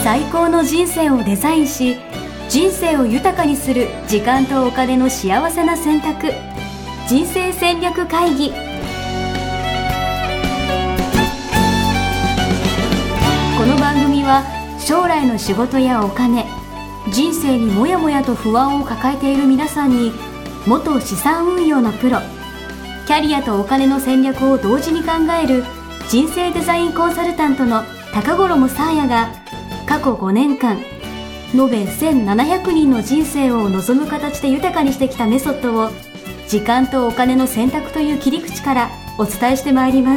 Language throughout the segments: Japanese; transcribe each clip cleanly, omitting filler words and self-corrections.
最高の人生をデザインし、人生を豊かにする時間とお金の幸せな選択、人生戦略会議。この番組は将来の仕事やお金、人生にもやもやと不安を抱えている皆さんに、元資産運用のプロ、キャリアとお金の戦略を同時に考える人生デザインコンサルタントの高頃もさあやが、過去5年間延べ1700人の人生を望む形で豊かにしてきたメソッドを、時間とお金の選択という切り口からお伝えしてまいります。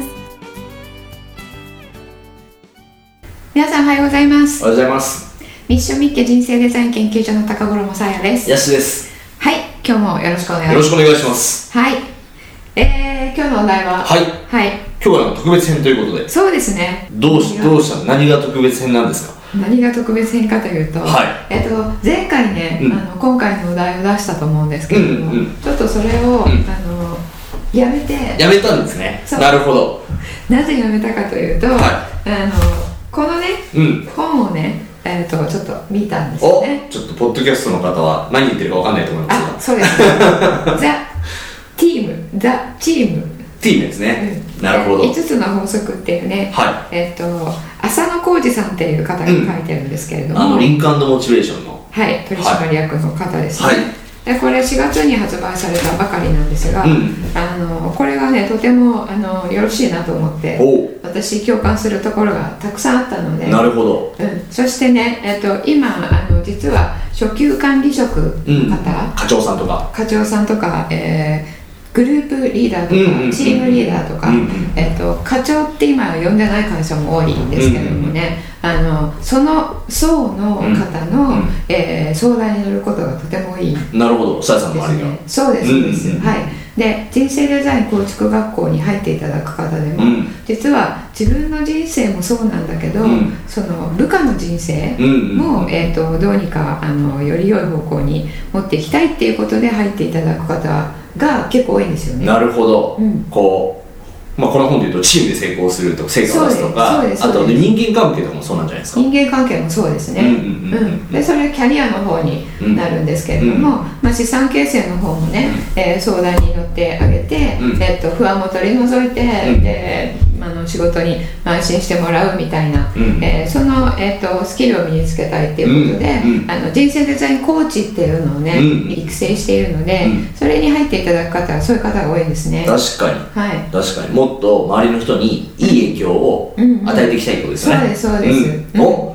皆さんおはようございます。 おはようございます。 ミッションミッケ人生デザイン研究所の高頃もさあやです。 やすです。 はい、今日もよろしくお願いします。 よろしくお願いします。 はい、今日のお題ははい、今日は特別編ということで。 そうですね。 どうした何が特別編なんですか？ 何が特別編かというと、前回ね、今回のお題を出したと思うんですけれども、ちょっとそれを、やめたんですね。なるほど。 なぜやめたかというと、このね、本をね、ちょっと見たんですよね。 ちょっとポッドキャストの方は何言ってるか分かんないと思いますが。 そうですチームですね。なるほど。 5つの法則っていうね、浅野浩二さんっていう方が書いてるんですけれども、 リンク&モチベーションの、 取締役の方ですね。でこれ4月に発売されたばかりなんですが、これがねとてもよろしいなと思って、私共感するところがたくさんあったので。 なるほど。 そしてね、今実は初級管理職の方、 課長さんとか、 グループリーダーとか、チームリーダーとか、課長って今呼んでない会社も多いんですけれどもね、その層の方の、相談に乗ることがとてもいい。 なるほど。さやさんの周りが。 そうです、で人生デザイン構築学校に入っていただく方でも、実は自分の人生もそうなんだけど、その部下の人生も、どうにかより良い方向に持っていきたいっていうことで入っていただく方が結構多いんですよね。 なるほど。この本でいうとチームで成功するとか成果を出すとか、あと人間関係とかもそうなんじゃないですか。 人間関係もそうですね。でそれはキャリアの方になるんですけれども、資産形成の方もね、相談に乗ってあげて、不安も取り除いて、仕事に邁進してもらうみたいな、その、スキルを身につけたいっていうことで、人生デザインコーチっていうのをね、育成しているので、それに入っていただく方はそういう方が多いんですね。 確かに、もっと周りの人にいい影響を与えていきたいってことですね。 そうです。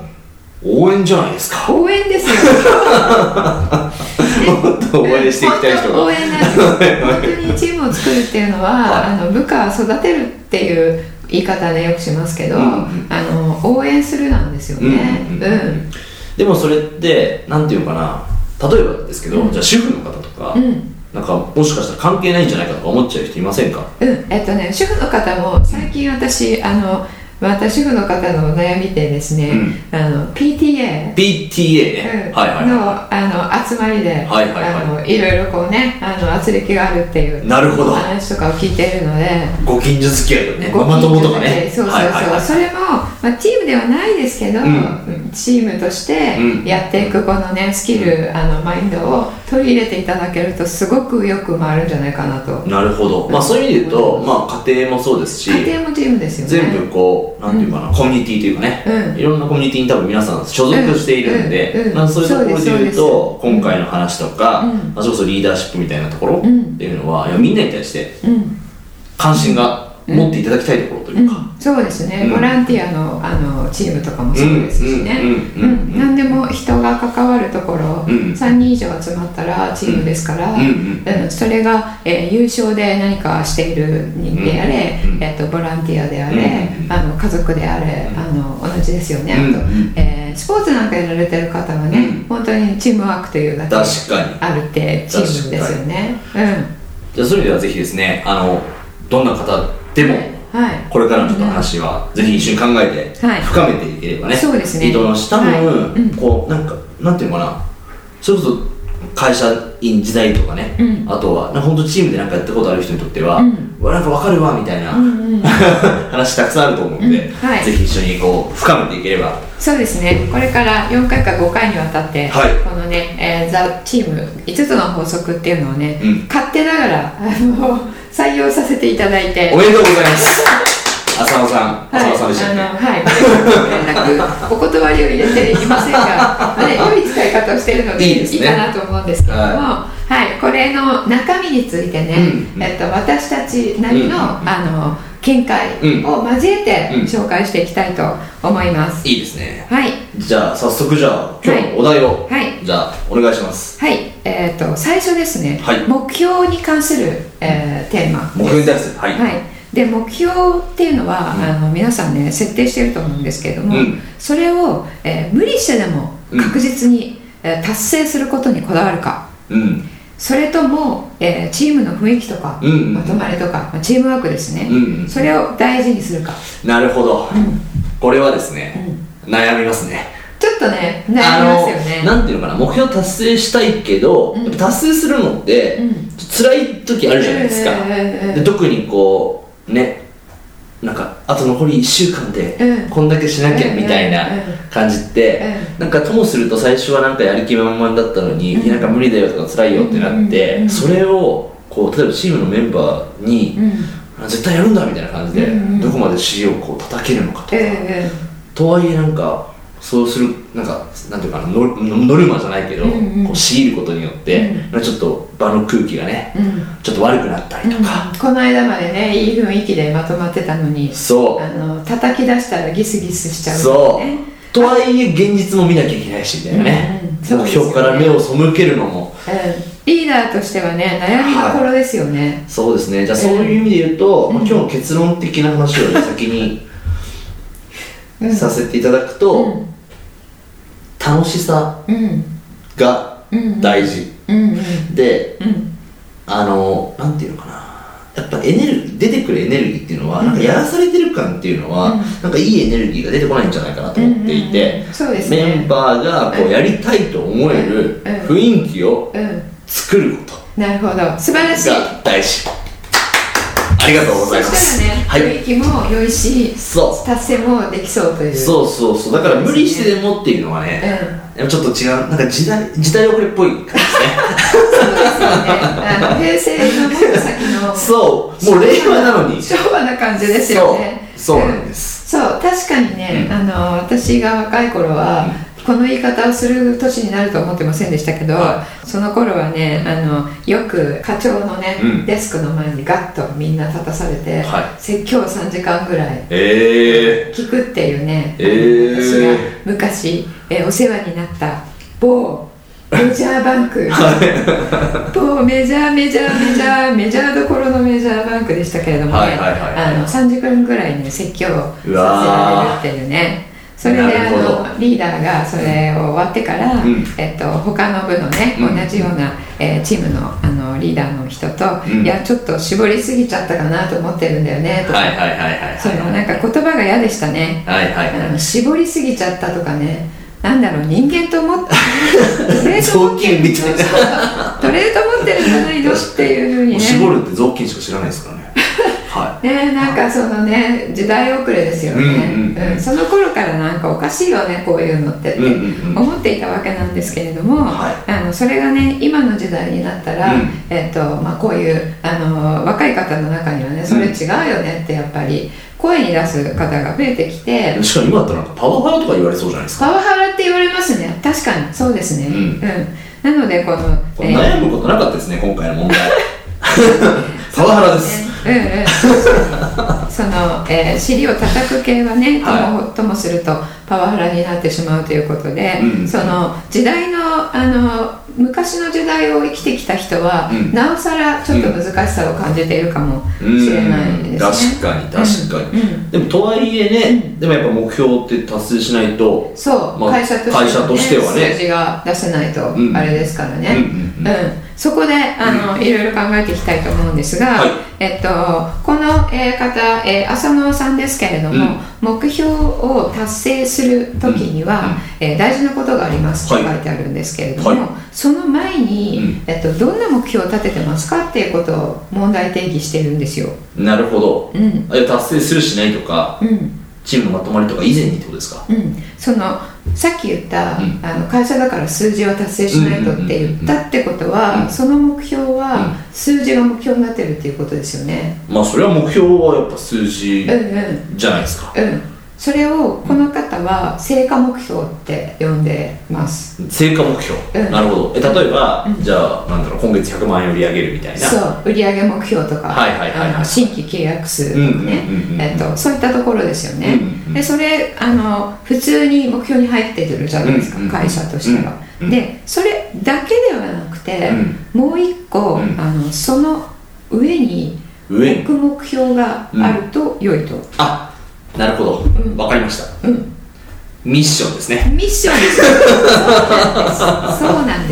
応援じゃないですか。 応援ですよ。 もっと応援していきたい人が。 応援なんです。本当にチームを作るっていうのは、部下を育てるっていう言い方でよくしますけど、応援するなんですよね。 でもそれってなんていうのかな、例えばですけど、じゃあ主婦の方とか、なんかもしかしたら関係ないんじゃないかとか思っちゃう人いませんか？ 主婦の方も最近私また主婦の方の悩みでですね、PTA ね、 の集まりでいろいろこうね圧力があるっていう話とかを聞いているので、 ご近所付き合いとね、ママ友とかね、 そう、それも、チームではないですけど、チームとしてやっていくこのねスキル、マインドを取り入れていただけるとすごくよく回るんじゃないかなと。 なるほど。そういう意味で言うと、家庭もそうですし、 家庭もチームですよね。 全部なんていうかな、コミュニティというかね、いろんなコミュニティに多分皆さん所属しているんで、そういうところで言うと、今回の話とか、それこそリーダーシップみたいなところっていうのは、みんなに対して関心が持っていただきたいところというか、 そうですね、ボランティアの、チームとかもそうですしね、何でも人が関わるところ、3人以上集まったらチームですから、それが、優勝で何かしている人であれ、ボランティアであれ、家族であれ、同じですよね。あと、スポーツなんかやられてる方はね、本当にチームワークというだけあるってチームですよね。 じゃあそういう意味ではぜひですね、どんな方でも、これからのちょっと話はぜひ一緒に考えて深めていければね、いいと思いますし、多分なんていうのかな、それこそ会社員時代とかね、あとは本当チームで何かやったことある人にとっては、 なんか分かるわみたいな、話たくさんあると思うので、はい、ぜひ一緒にこう深めていければ。 そうですね、これから4回か5回にわたって、はい、このね、ザ・チーム5つの法則っていうのをね、勝手ながら採用させていただいて、 おめでとうございます浅野さんでしたね。 はい、連絡お断りを入れていませんが、良い使い方をしているのでいいかなと思うんですけども、はい、これの中身についてね、私たちなりの、見解を交えて紹介していきたいと思います。 いいですね。 はい。 じゃあ早速今日のお題を、じゃあお願いします。 はい。最初ですね、目標に関する、テーマです。 目標に対する。はい。 で目標っていうのは、皆さんね設定していると思うんですけれども、それを、無理してでも確実に、達成することにこだわるか、それとも、チームの雰囲気とか、まとまりとか、チームワークですね、それを大事にするか。 なるほど、これはですね、悩みますね。 ちょっとね悩みますよね。 なんていうのかな、目標達成したいけど、達成するのって、辛い時あるじゃないですか。で特にこうね、なんかあと残り1週間でこんだけしなきゃみたいな感じって、なんかともすると最初はなんかやる気満々だったのに、なんか無理だよとか辛いよってなって、それをこう例えばチームのメンバーに、絶対やるんだみたいな感じで、どこまで尻をこう叩けるのかとか、とはいえなんかそうするなんかなんていうかな、ノルマじゃないけど、こう強いることによって、ちょっと場の空気がね、ちょっと悪くなったりとか、 この間までねいい雰囲気でまとまってたのに、叩き出したらギスギスしちゃう、ね、 そうとはいえ現実も見なきゃいけないしみたいなね、目標から目を背けるのも、 リーダーとしてはね悩みどころですよね。 そうですね。じゃあそういう意味で言うと、今日の結論的な話を先にさせていただくと、楽しさが大事で、なんていうのかな、やっぱエネルギー、出てくるエネルギーっていうのは、なんかやらされてる感っていうのは、なんかいいエネルギーが出てこないんじゃないかなと思っていて、メンバーがこうやりたいと思える雰囲気を作ること、 なるほど、素晴らしい、 が大事。ありがとうございます。 そしたらね、雰囲気も良いし、達成もできそうという。 そうだから無理してでもっていうのはね、ちょっと違う、なんか時代遅れっぽい感じですね。 そうですよね。平成のもっと先のそうもう令和なのに昭和な感じですよね。 そうなんです。 そう確かにね、私が若い頃は、この言い方をする年になると思ってませんでしたけど、その頃はね、よく課長のね、デスクの前にガッとみんな立たされて、説教を3時間ぐらい聞くっていうね、私が昔、お世話になった某メジャーバンク某メジャーどころのメジャーバンクでしたけれどもね、3時間ぐらいね説教させられるっていうね。それでリーダーがそれを終わってから、他の部のね、同じような、チームの、リーダーの人と、いやちょっと絞りすぎちゃったかなと思ってるんだよねとか、そのなんか言葉が嫌でしたね。絞りすぎちゃったとかね、なんだろう、人間と思って雑巾みたいなトレード持ってるんじゃないのっていうふうにね。 絞るって雑巾しか知らないですからね。 なんかそのね、時代遅れですよね。その頃からなんかおかしいよねこういうのって思っていたわけなんですけれども、それがね今の時代になったら、こういう若い方の中にはね、それ違うよねってやっぱり声に出す方が増えてきて、 しかも今だったらなんかパワハラとか言われそうじゃないですか。 パワハラって言われますね。確かにそうですね。なのでこの悩むことなかったですね今回の問題。パワハラです。 その、尻を叩く系はね、ともするとパワハラになってしまうということで、その時代の昔の時代を生きてきた人は、なおさらちょっと難しさを感じているかもしれないですね。 確かに、でもとはいえね、でもやっぱ目標って達成しないと、 そう、会社としてはね、数字が出せないとあれですからね。 そこでいろいろ考えていきたいと思うんですが、はい、この方、浅野さんですけれども、目標を達成するときには、大事なことがありますと書いてあるんですけれども、はい、その前に、どんな目標を立ててますかっていうことを問題定義してるんですよ。 なるほど、達成するしないとか、チームのまとまりとか以前にってことですか？ そのさっき言った、会社だから数字は達成しないとって言ったってことは、その目標は数字が目標になってるっていうことですよね。 まあそれは目標はやっぱ数字じゃないですか。 それをこの方は成果目標って呼んでます。 成果目標、なるほど。例えば、じゃあなんだろう、今月100万円売り上げるみたいな。 そう売上目標とか、新規契約数とかね、そういったところですよね。でそれ普通に目標に入ってるじゃないですか、会社としては。でそれだけではなくて、もう一個、その上に置く目標があると良いと。 なるほど、わかりました。ミッションですね。 ミッションです。そうなんです。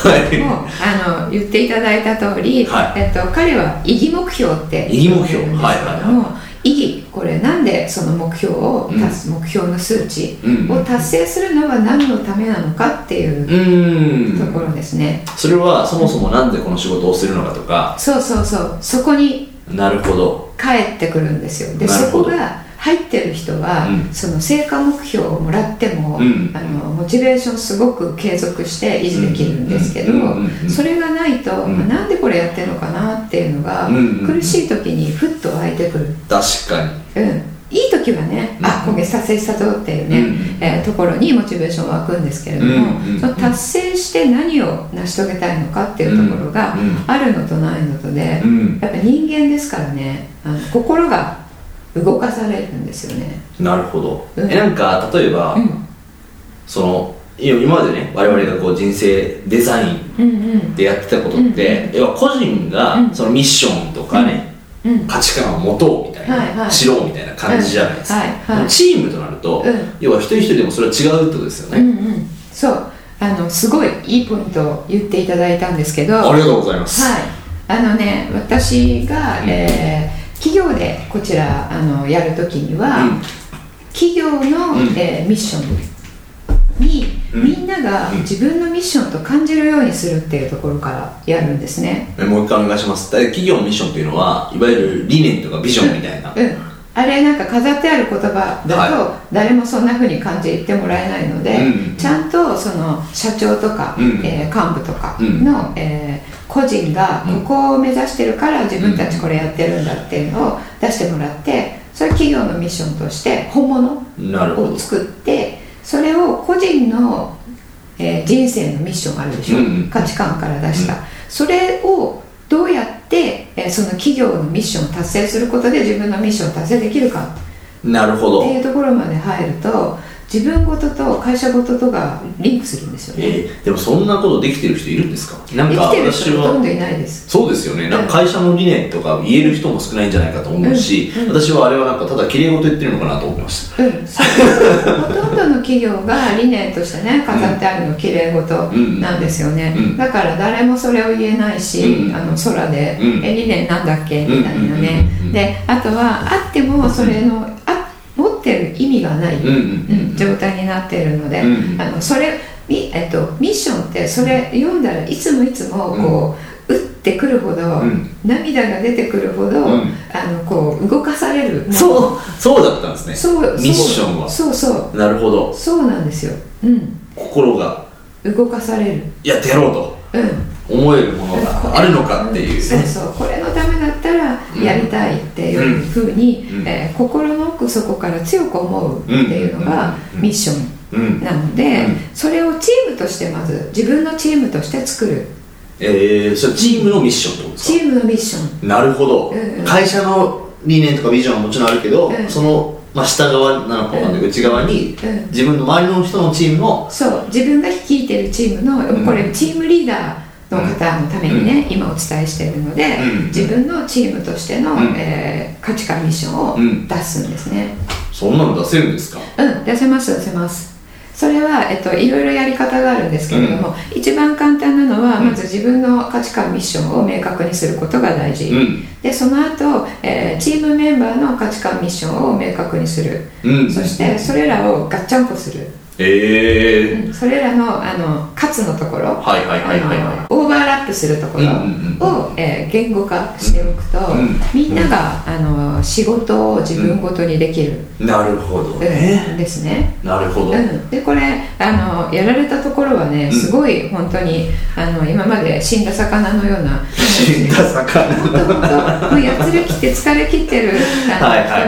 はい、もう言っていただいた通り、彼は意義目標って言うんですけども、意義、これなんでその目標を目標の数値を達成するのは何のためなのかっていうところですね。 それはそもそもなんでこの仕事をするのかとか、 そこになるほど帰ってくるんですよ。でそこが入ってる人は、その成果目標をもらっても、モチベーションすごく継続して維持できるんですけど、それがないと、なんでこれやってるのかなっていうのが、苦しい時にふっと湧いてくる。 確かに、 いい時はね、今月達成したぞっていうね、ところにモチベーション湧くんですけれども、その達成して何を成し遂げたいのかっていうところがあるのとないのとで、やっぱ人間ですからね、心が動かされるんですよね。 なるほど。なんか例えば、その今までね、我々がこう人生デザインでやってたことって、要は個人がそのミッションとかね、価値観を持とうみたいな、知ろうみたいな感じじゃないですか。チームとなると、要は一人一人でもそれは違うってことですよね。 そう、すごいいいポイントを言っていただいたんですけど、 ありがとうございます。 私が、企業でこちらやるときには、企業の、ミッションに、みんなが自分のミッションと感じるようにするっていうところからやるんですね。 もう一回お願いします。企業のミッションというのは、いわゆる理念とかビジョンみたいな、 あれなんか飾ってある言葉だと誰もそんな風に感じてもらえないので、ちゃんとその社長とか、幹部とかの、個人がここを目指してるから自分たちこれやってるんだっていうのを出してもらって、それ企業のミッションとして本物を作って、それを個人の、人生のミッションあるでしょ、価値観から出した、それをどうやって、その企業のミッションを達成することで自分のミッションを達成できるかっていうところまで入ると、自分ごとと会社ごととがリンクするんですよね。 でもそんなことできてる人いるんですか？ なんかできてる人ほとんどいないです。 そうですよね。なんか会社の理念とか言える人も少ないんじゃないかと思うし、私はあれはなんかただ綺麗事言ってるのかなと思いました。 ほとんどの企業が理念としてね飾ってあるの綺麗事なんですよね。だから誰もそれを言えないし、空で、理念なんだっけみたいなね。であとはあってもそれの持ってる意味がない、状態になっているので、それミッションってそれ読んだらいつもこう、打ってくるほど、涙が出てくるほど、こう動かされる。 そうだったんですね。ミッションは。そう。なるほど。 そうなんですよ。 心が動かされる。 やってやろうと。思えるものがあるのかっていうね。 そうこれのためだったらやりたいっていうふうに、心の奥底から強く思うっていうのがミッションなので、それをチームとしてまず自分のチームとして作る。 それチームのミッションってことですか？ チームのミッション。 なるほど。会社の理念とかビジョンはもちろんあるけど、その下側なのかわかんない、内側に自分の周りの人のチームの、 そう自分が率いてるチームの、これチームリーダーの方のためにね、今お伝えしているので、自分のチームとしての、価値観ミッションを出すんですね。 そんなの出せるんですか？ 出せます。 それは、いろいろやり方があるんですけれども、一番簡単なのはまず自分の価値観ミッションを明確にすることが大事、でその後、チームメンバーの価値観ミッションを明確にする、そしてそれらをガッチャンコする、それらの勝つのところ、オーバーラップするところを言語化しておくと、みんなが仕事を自分ごとにできる。 なるほどね。 ですね。 なるほど。 でこれやられたところはね、すごい本当に今まで死んだ魚のような、 死んだ魚もうやつれきって疲れ切ってる人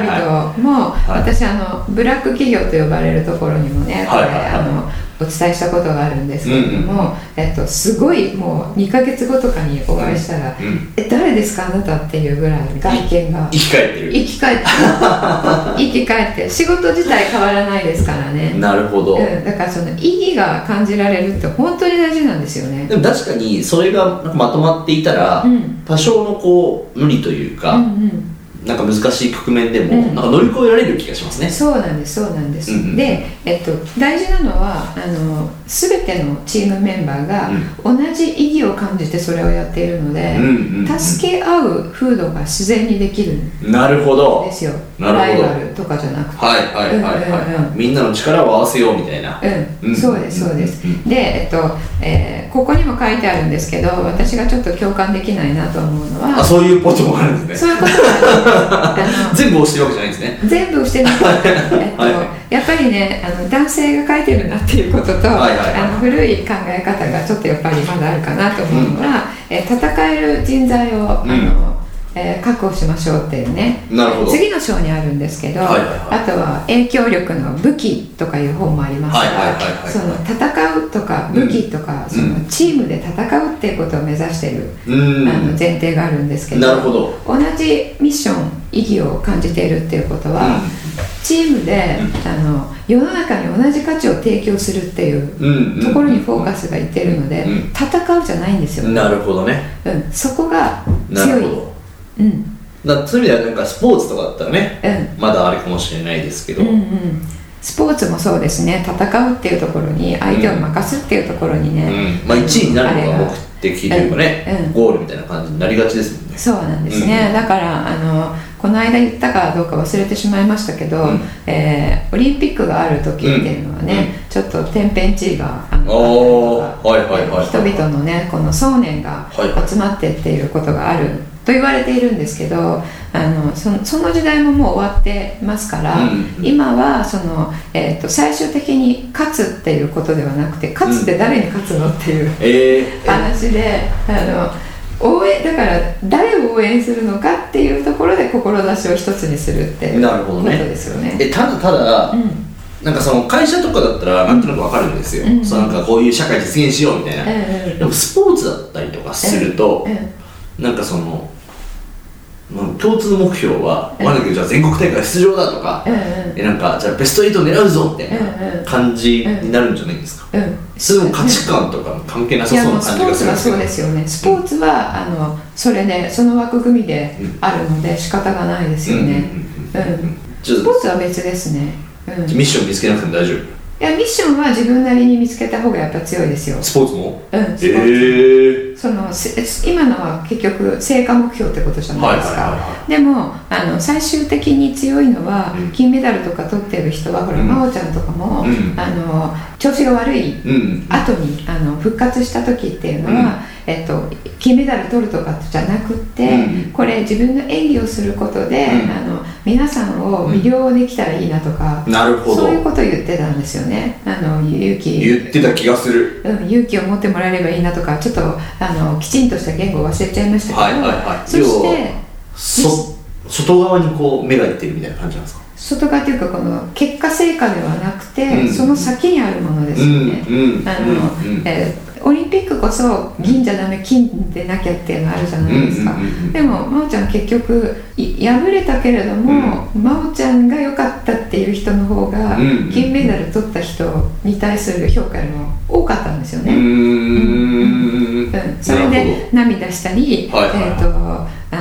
々も、私ブラック企業と呼ばれるところにもね、お伝えしたことがあるんですけれども、すごいもう2ヶ月後とかにお会いしたら、誰ですかあなたっていうぐらい外見が生き返ってる生き返って仕事自体変わらないですからね。 なるほど、 だからその意義が感じられるって本当に大事なんですよね。 でも確かにそれがまとまっていたら、多少のこう無理というか、なんか難しい局面でも、なんか乗り越えられる気がしますね。 そうなんです、そうなんです、で、大事なのは全てのチームメンバーが同じ意義を感じてそれをやっているので、助け合う風土が自然にできるんなるほどですよ。 なるほど、 ライバルとかじゃなくて、 みんなの力を合わせようみたいな、 そうですそうです、で、ここにも書いてあるんですけど、私がちょっと共感できないなと思うのは、 そういうこともあるんですね。 そういうこともある全部押してるわけじゃないんですね。 全部押してなくて、やっぱりね男性が書いてるなっていうことと、古い考え方がちょっとやっぱりまだあるかなと思うのは、戦える人材を確保しましょうっていうね、次の章にあるんですけど、あとは影響力の武器とかいう本もありますが、その戦うとか武器とか、そのチームで戦うっていうことを目指している前提があるんですけど、同じミッション意義を感じているっていうことは、チームで世の中に同じ価値を提供するっていうところにフォーカスがいっているので、戦うじゃないんですよ。 なるほどね、 そこが強い。 そういう意味ではなんかスポーツとかだったらね、まだあれかもしれないですけど、 スポーツもそうですね。戦うっていうところに相手を任すっていうところにね、 1位になるのが目的というかね、ゴールみたいな感じになりがちですもんね。 そうなんですね、だからこの間言ったかどうか忘れてしまいましたけど、オリンピックがある時っていうのはね、ちょっと天変地異があったりとか、人々のねこの想念が集まってっていうことがあると言われているんですけど、その時代ももう終わってますから、今は最終的に勝つっていうことではなくて、勝つって誰に勝つのっていう、話で応援だから誰を応援するのかっていうところで志を一つにするっていうことですよね。 ただ、なんかその会社とかだったらなんとなく分かるんですよ、なんかこういう社会実現しようみたいな、でもスポーツだったりとかすると、なんかその共通目標は、じゃあ全国大会出場だとか、なんかじゃあベスト8狙うぞみたいな感じになるんじゃないですか。それも価値観とか関係なさそうな感じがするんですけど。 スポーツはそうですよね。スポーツはそれでその枠組みであるので仕方がないですよね。スポーツは別ですね。 ミッション見つけなくても大丈夫？ いや、ミッションは自分なりに見つけた方がやっぱ強いですよ。 スポーツも？ スポーツ今のは結局成果目標ってことじゃないですか。でも最終的に強いのは、金メダルとか取ってる人は、ほら真央ちゃんとかも、調子が悪い後に復活した時っていうのは、金メダル取るとかじゃなくて、これ自分の演技をすることで、皆さんを魅了できたらいいなとか、そういうことを言ってたんですよね。言ってた気がする、 勇気を持ってもらえればいいなとか、ちょっときちんとした言語を忘れちゃいましたけど、そして外側にこう目がいってるみたいな感じなんですか？ 外側というか、この結果成果ではなくて、その先にあるものですよね。オリンピックこそ銀じゃダメ、金でなきゃっていうのあるじゃないですか。でも真央ちゃん結局敗れたけれども、真央ちゃんが良かったっていう人の方が、金メダル取った人に対する評価よりも多かったんですよね。それで涙したり、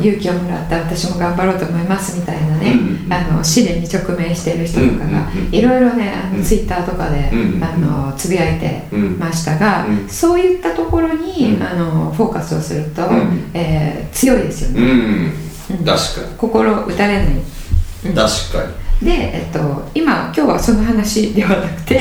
勇気をもらった私も頑張ろうと思いますみたいなね、試練に直面している人とかがいろいろねツイッターとかでつぶやいてましたが、そういったところにフォーカスをすると強いですよね。 確かに心打たれない。 確かに。 で、今日はその話ではなくて、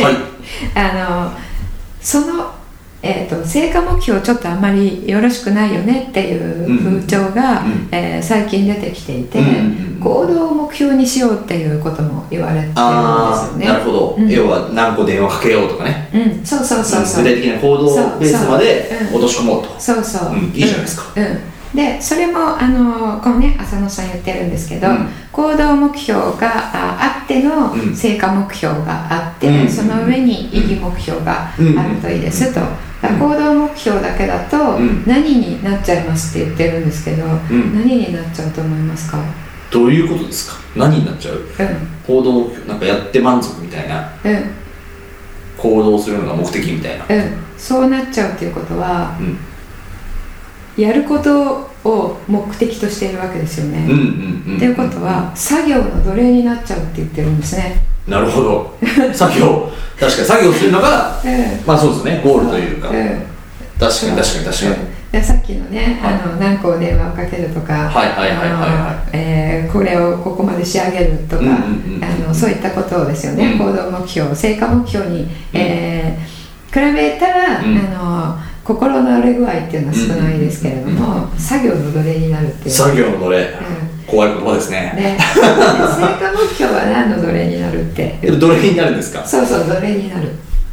その成果目標ちょっとあんまりよろしくないよねっていう風潮が、最近出てきていて、行動を目標にしようっていうことも言われてるんですよね。 なるほど、要は何個電話かけようとかね、 そう具体的な行動ベースまで落とし込もうと。いいじゃないですか。 でそれもこのね浅野さん言ってるんですけど、行動目標があっての成果目標があって、その上に意義目標があるといいですと。行動目標だけだと何になっちゃいますって言ってるんですけど、何になっちゃうと思いますか？ どういうことですか？何になっちゃう？行動目標なんかやって満足みたいな、行動するのが目的みたいな、 そうなっちゃうっていうことは、やることを目的としているわけですよね。っていうことは作業の奴隷になっちゃうって言ってるんですね。 なるほど。作業確かに作業するのが、まあそうですね、ゴールというか、確かにでさっきのね、何個電話をかけるとか、これをここまで仕上げるとか、そういったことをですよね、行動目標成果目標に、比べたら、心の荒れ具合っていうのは少ないですけれども、作業の奴隷になるっていう。 作業の奴隷、怖い言葉ですね。 成果目標は何の奴隷になるって。 奴隷になるんですか？ そう奴隷になる。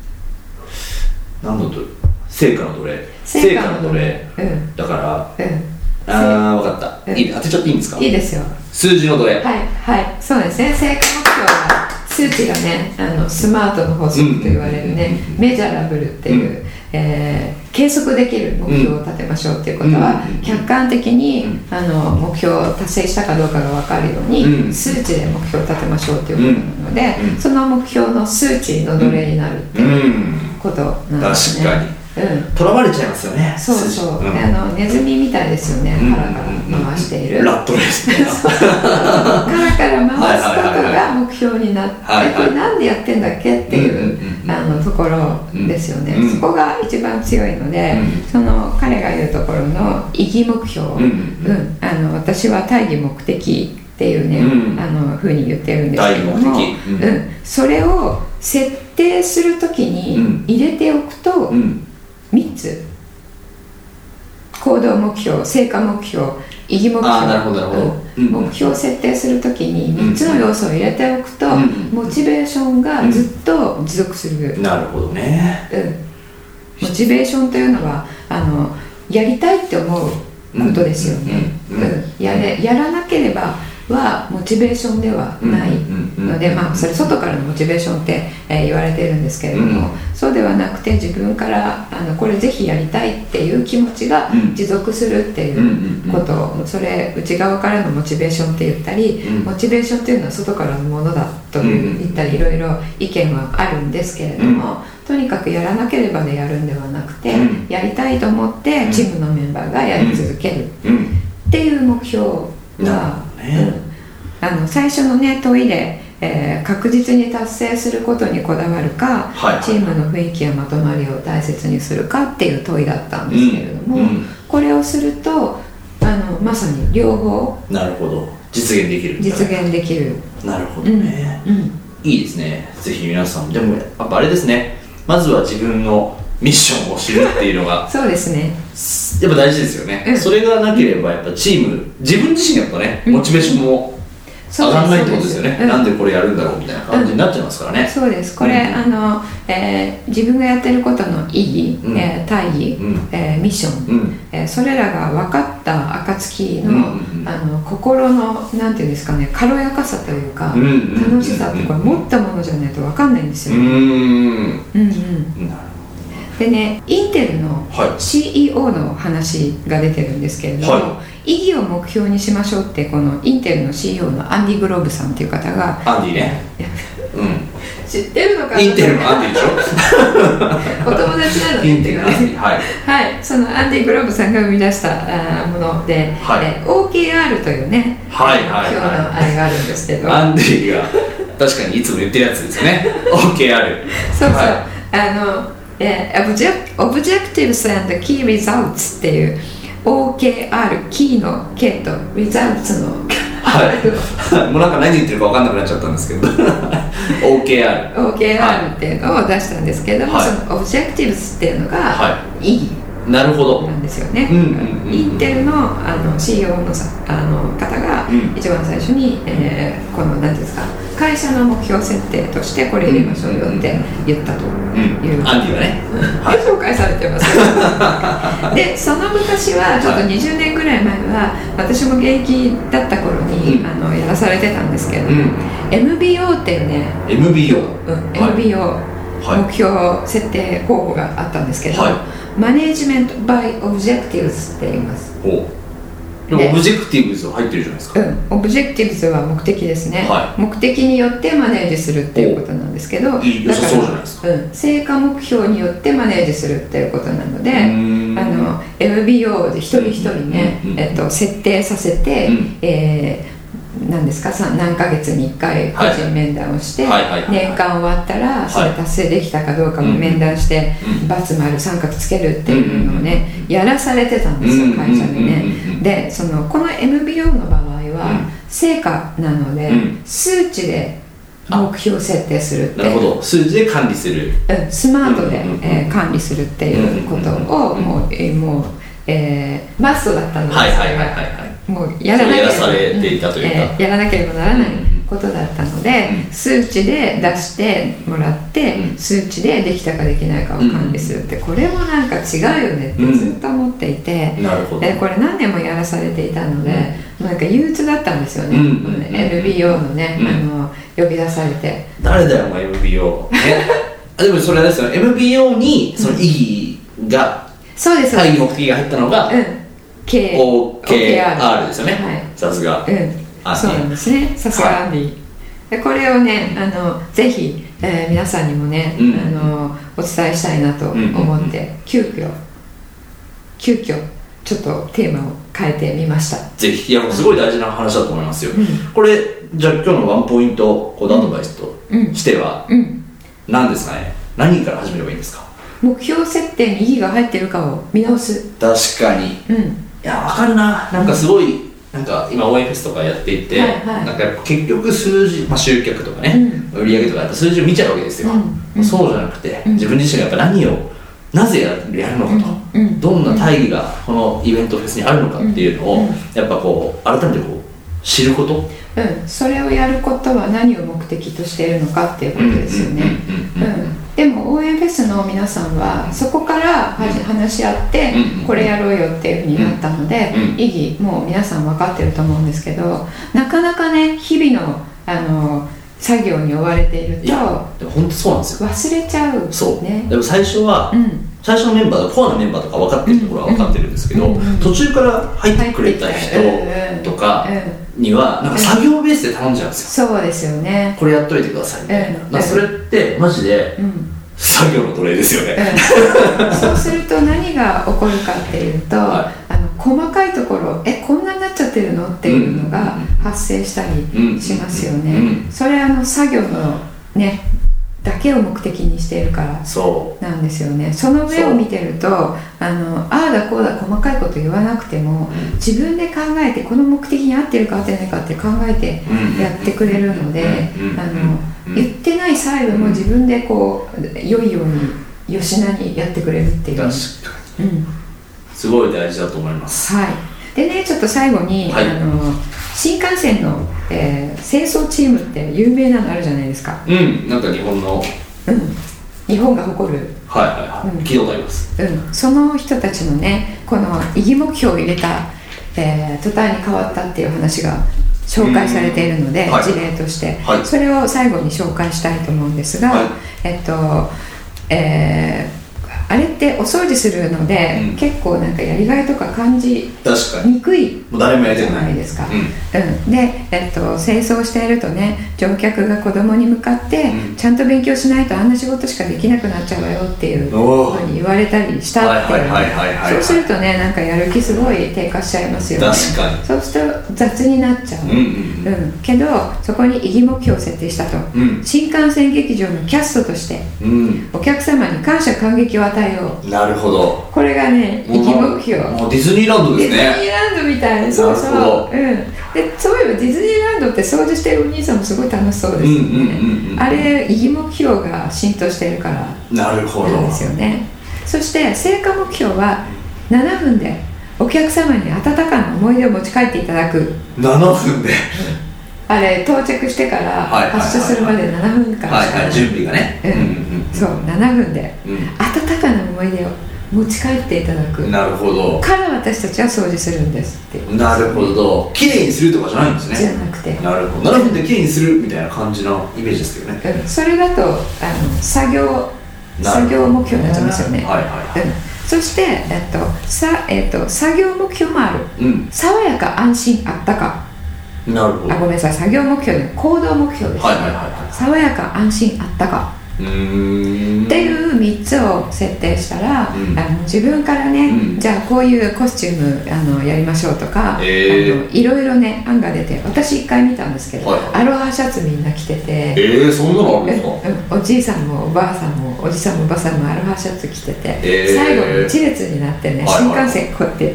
何の成果の奴隷。成果の奴隷。だから、分かった。当てちゃっていいんですか？ いいですよ。 数字の奴隷。 そうですね。成果目標は数値がね、スマートの法則と言われるね、メジャラブルっていう、計測できる目標を立てましょうっていうことは、客観的に目標を達成したかどうかが分かるように、数値で目標を立てましょうっていうことなので、その目標の数値の奴隷になるっていうことなんですね。 確かに。とらわれちゃいますよね。 ネズミみたいですよね。カラカラ回しているラットレースみたいな。 カラカラ回すことが目標になって、これなんでやってんだっけっていうところですよね。そこが一番強いので、その彼が言うところの意義目標、私は大義目的っていうね、風に言ってるんですけども、それを設定するときに入れておくと、3つ、行動目標、成果目標、意義目標、目標を設定するときに3つの要素を入れておくと、モチベーションがずっと持続する。 なるほどね。 モチベーションというのはやりたいって思うことですよね。やらなければはモチベーションではないので、それ外からのモチベーションって、言われているんですけれども、そうではなくて自分からこれぜひやりたいっていう気持ちが持続するっていうことを、それ内側からのモチベーションって言ったり、モチベーションっていうのは外からのものだと言ったり、いろいろ意見はあるんですけれども、とにかくやらなければでやるんではなくて、やりたいと思ってチームのメンバーがやり続けるっていう目標は、最初のね問いで、確実に達成することにこだわるか、チームの雰囲気やまとまりを大切にするかっていう問いだったんですけれども、これをするとまさに両方、 なるほど、実現できる。なるほどね、いいですね。ぜひ皆さん、でもやっぱあれですね、まずは自分のミッションを知るっていうのがそうですね、 やっぱ大事ですよね、それがなければやっぱチーム、自分自身やっぱね、モチベーションも上がらないってことですよね、なんでこれやるんだろうみたいな感じになっちゃいますからね。 そうです。これ、自分がやってることの意義、大義、ミッション、それらが分かった暁の、心のなんていうんですかね、軽やかさというか、楽しさってこれ持ったものじゃないと分かんないんですよね。でね、インテルの CEO の話が出てるんですけれども、意義を目標にしましょうって、このインテルの CEO のアンディ・グローブさんっていう方が、 アンディね知ってるのかな。 インテルのアンディでしょお友達なのでインテルのアンディ、はい、 はい、そのアンディ・グローブさんが生み出したもので、 はい、 OKR というね、 はい今日のあれがあるんですけど、 アンディが確かにいつも言ってるやつですよねOKR そうそう、 はい、 Objectives and Key Results っていう OKR キーの K と Results のはいもうなんか何言ってるか分かんなくなっちゃったんですけどOKR っていうのを出したんですけども、はい、その Objectives っていうのが意義なんですよね。インテルのCEO の方が一番最初に、この何ですか、会社の目標設定としてこれ入れましょうよって言ったという、 アンディがね、 紹介されてますで、その昔はちょっと20年ぐらい前は私も現役だった頃にやらされてたんですけど、MBO っていうね、MBO、目標設定方法があったんですけど、マネージメント by Objectives って言います。 でもオブジェクティブズは入ってるじゃないですか。 オブジェクティブズは目的ですね、目的によってマネージするっていうことなんですけど、 良さそうじゃないですか。 成果目標によってマネージするっていうことなので、MBO で一人一人ね、設定させて、何ですか、何ヶ月に1回個人面談をして、年間終わったらそれ達成できたかどうかも面談して、×丸三角つけるっていうのをね、やらされてたんですよ、会社でね。で、この MBO の場合は成果なので、数値で目標設定するって、 なるほど、数字で管理する、 スマートで管理するっていうことをもうマストだったので、もうやらなければならないことだったので、数値で出してもらって、数値でできたかできないかを管理するって、これもなんか違うよねってずっと思っていて、これ何年もやらされていたので、なんか憂鬱だったんですよね、MBO のね、呼び出されて、 誰だよお前 MBO でもそれはですよね、MBO にその意義が、 そうです、 会議目的が入ったのが、OKR ですよね。さすが。 そうなんですね。さすがアンディ。でこれをね、ぜひ、皆さんにもね、お伝えしたいなと思って、急遽ちょっとテーマを変えてみました。 ぜひ、いや、すごい大事な話だと思いますよ。これ、じゃあ今日のワンポイントアドバイスとしては、何ですかね。何から始めればいいんですか。 目標設定に意義が入ってるかを見直す。 確かに、いや分かるな、なんかすごい、なんか今 OFS とかやっていて、なんか結局数字、集客とかね、売り上げとかやっぱ数字を見ちゃうわけですよ、そうじゃなくて、自分自身がやっぱ何をなぜやるのかと、どんな大義がこのイベントフェスにあるのかっていうのを、やっぱこう改めてこう知ること、 それをやることは何を目的としているのかっていうことですよね。でも応援フェスの皆さんはそこから話し合ってこれやろうよっていうふうになったので、意義もう皆さん分かってると思うんですけど、なかなかね、日々の作業に追われていると、 でも本当そうなんですよ、 忘れちゃう、 そうね。でも最初は、最初のメンバー、コアなメンバーとか分かってるところは分かってるんですけど、途中から入ってくれた人とかにはなんか作業ベースで頼んじゃうんですよ。 そうですよね。 これやっといてくださいみたいな。それってマジで作業の奴隷ですよね。 そうすると何が起こるかっていうと、細かいところ、こんなになっちゃってるのっていうのが発生したりしますよね。それ作業のねだけを目的にしているからなんですよね。その上を見てると、ああだこうだ細かいこと言わなくても、自分で考えてこの目的に合ってるか合ってないかって考えてやってくれるので、言ってない細部も自分でこう良いようによしなにやってくれるっていう。 確かに、すごい大事だと思います。 でね、ちょっと最後に、新幹線の、清掃チームって有名なのあるじゃないですか。 なんか日本の、 日本が誇る、 聞いたことあります。 その人たちのね、この意義目標を入れた、途端に変わったっていう話が紹介されているので、事例として、それを最後に紹介したいと思うんですが、 あれってお掃除するので、結構なんかやりがいとか感じにくいじゃないですか。で、清掃しているとね、乗客が子供に向かって、ちゃんと勉強しないとあんな仕事しかできなくなっちゃうわよっていうふうに言われたりしたっていう。そうするとね、なんかやる気すごい低下しちゃいますよね。 確かに。 そうすると雑になっちゃう。けどそこに意義目標を設定したと、新幹線劇場のキャストとして、お客様に感謝感激を与えよう。 なるほど。 これがね、意義目標。 もうディズニーランドですね。 ディズニーランドみたい。そうそう。で、そういえばディズニーランドって掃除してるお兄さんもすごい楽しそうですよね。あれ意義目標が浸透しているからなんですよね。そして成果目標は7分でお客様に温かな思い出を持ち帰っていただく。 7分であれ到着してから発車するまで7分間しかない。 準備がね。 そう、7分で温かな思い出を持ち帰っていただく。 なるほど。 から私たちは掃除するんですって。 なるほど。きれいにするとかじゃないんですね。 じゃなくて。 なるほど。7分できれいにするみたいな感じのイメージですけどね。 それだと作業目標になっちゃいますよね。そして、作業目標もある。爽やか、安心、あったか。 なるほど。 ごめんなさい、作業目標で行動目標ですね。爽やか、安心、あったかっていう3つを設定したら、自分からね、じゃあこういうコスチュームやりましょうとか、いろいろね案が出て、私1回見たんですけど、アロハシャツみんな着てて、 そんなのあるんですか？ おじいさんもおばあさんもおじさんもおばさんもアロハシャツ着てて、最後に一列になってね、新幹線こうやって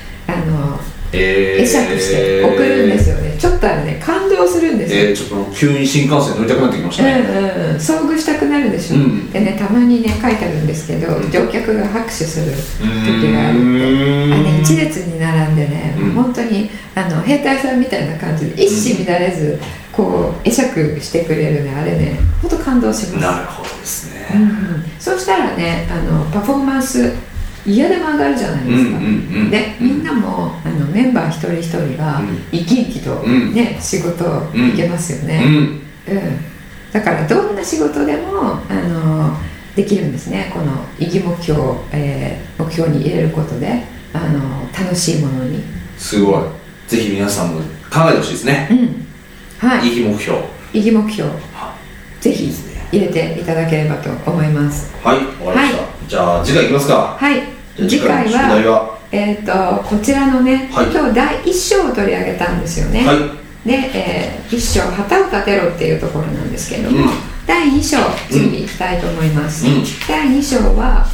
会釈して送るんですよね。ちょっとね、感動するんですよ。 ちょっと急に新幹線乗りたくなってきましたね。 遭遇したくなるでしょ。でね、たまにね書いてあるんですけど、乗客が拍手する時があるって、一列に並んでね、本当に兵隊さんみたいな感じで一糸乱れずこう会釈してくれるね、あれね、本当感動します。 なるほどですね。 そうしたらね、パフォーマンス嫌でも上がるじゃないですか。で、みんなもメンバー一人一人が生き生きとね、仕事をいけますよね。だからどんな仕事でもできるんですね。この意義目標を目標に入れることで楽しいものに。 すごい。ぜひ皆さんも考えてほしいですね。意義目標。意義目標。 ぜひ入れていただければと思います。 はい、終わりました。じゃあ次回いきますか。 はい。次回はこちらのね、今日第1章を取り上げたんですよね。で、1章旗を立てろっていうところなんですけれども、第2章次いきたいと思います。第2章は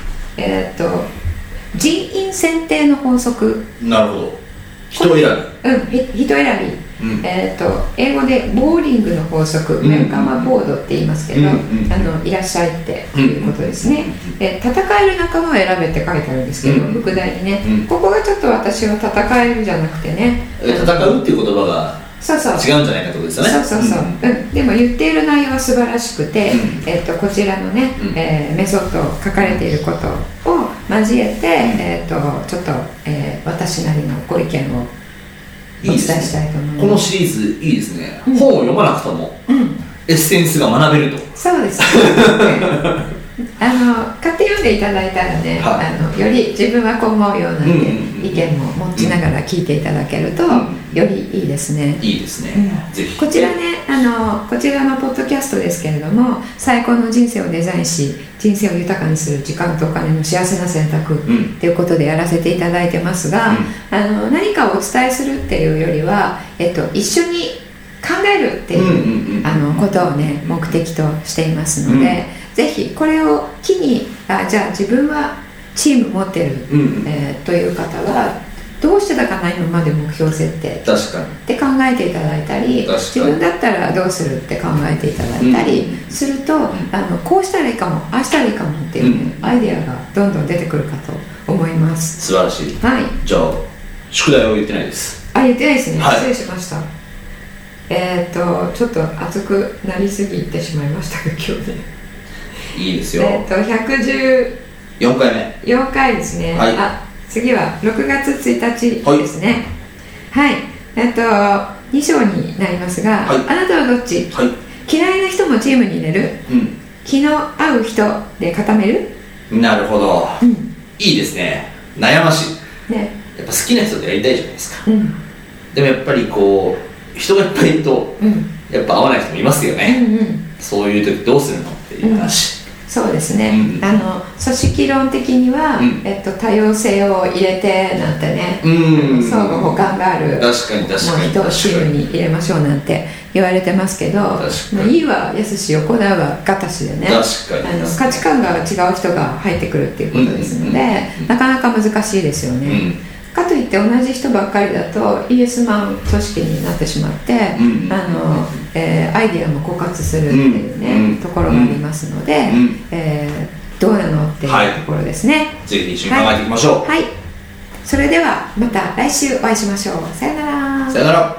人員選定の法則。 なるほど。人選び。人選び。英語でボーリングの法則、ウェルカマボードって言いますけど、いらっしゃいっていうことですね。戦える仲間を選べって書いてあるんですけど、副題にね、ここがちょっと私は戦えるじゃなくてね、 戦うっていう言葉が違うんじゃないかってことですよね。 でも言っている内容は素晴らしくて、こちらのね、メソッド書かれていることを交えて、ちょっと、私なりのご意見をお伝えしたいと思います。 このシリーズいいですね。本を読まなくともエッセンスが学べると。 そうです。買って読んでいただいたらね、より自分はこう思うような意見も持ちながら聞いていただけるとよりいいですね。 いいですね。ぜひ。 こちらね、こちらのポッドキャストですけれども、最高の人生をデザインし人生を豊かにする時間とお金の幸せな選択ということでやらせていただいてますが、何かをお伝えするっていうよりは、一緒に考えるっていうことをね、目的としていますので、ぜひこれを機にじゃあ自分はチーム持ってる、という方はどうしてたかな今まで目標設定って考えていただいたり、自分だったらどうするって考えていただいたりすると、こうしたらいいかもああしたらいいかもっていう、アイデアがどんどん出てくるかと思います。 素晴らしい。じゃあ宿題を言ってないです。 言ってないですね。失礼しました。ちょっと熱くなりすぎてしまいましたが、今日ね。 いいですよ。 114回目。4回ですね。次は6月1日ですね。2章になりますが、あなたはどっち？嫌いな人もチームに入れる？気の合う人で固める？ なるほど、いいですね。悩ましい、 ね、 やっぱ好きな人とやりたいじゃないですか、でもやっぱりこう人がいっぱいいると、やっぱ合わない人もいますよね、そういう時どうするのっていう話、 そうですね、組織論的には、多様性を入れてなんてね、相互補完がある確かに人をチームに入れましょうなんて言われてますけど、いいはやすし行うはがたしでね、価値観が違う人が入ってくるっていうことですので、なかなか難しいですよね、かといって同じ人ばっかりだとイエスマン組織になってしまって、アイディアも枯渇するっていうね、ところがありますので、どうなのっていうところですね、 ぜひ一緒に考えていきましょう。 はい、それではまた来週お会いしましょう。さよなら。 さよなら。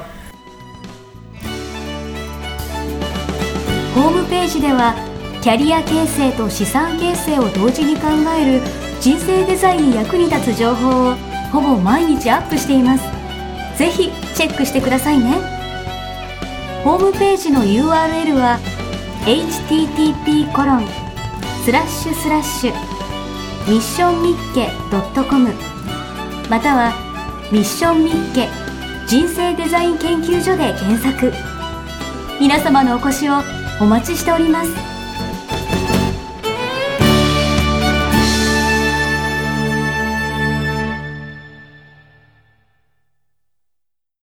ホームページではキャリア形成と資産形成を同時に考える人生デザインに役に立つ情報をほぼ毎日アップしています。ぜひチェックしてくださいね。ホームページの URL は http://missionmikke.com またはミッションミッケ人生デザイン研究所で検索。皆様のお越しをお待ちしております。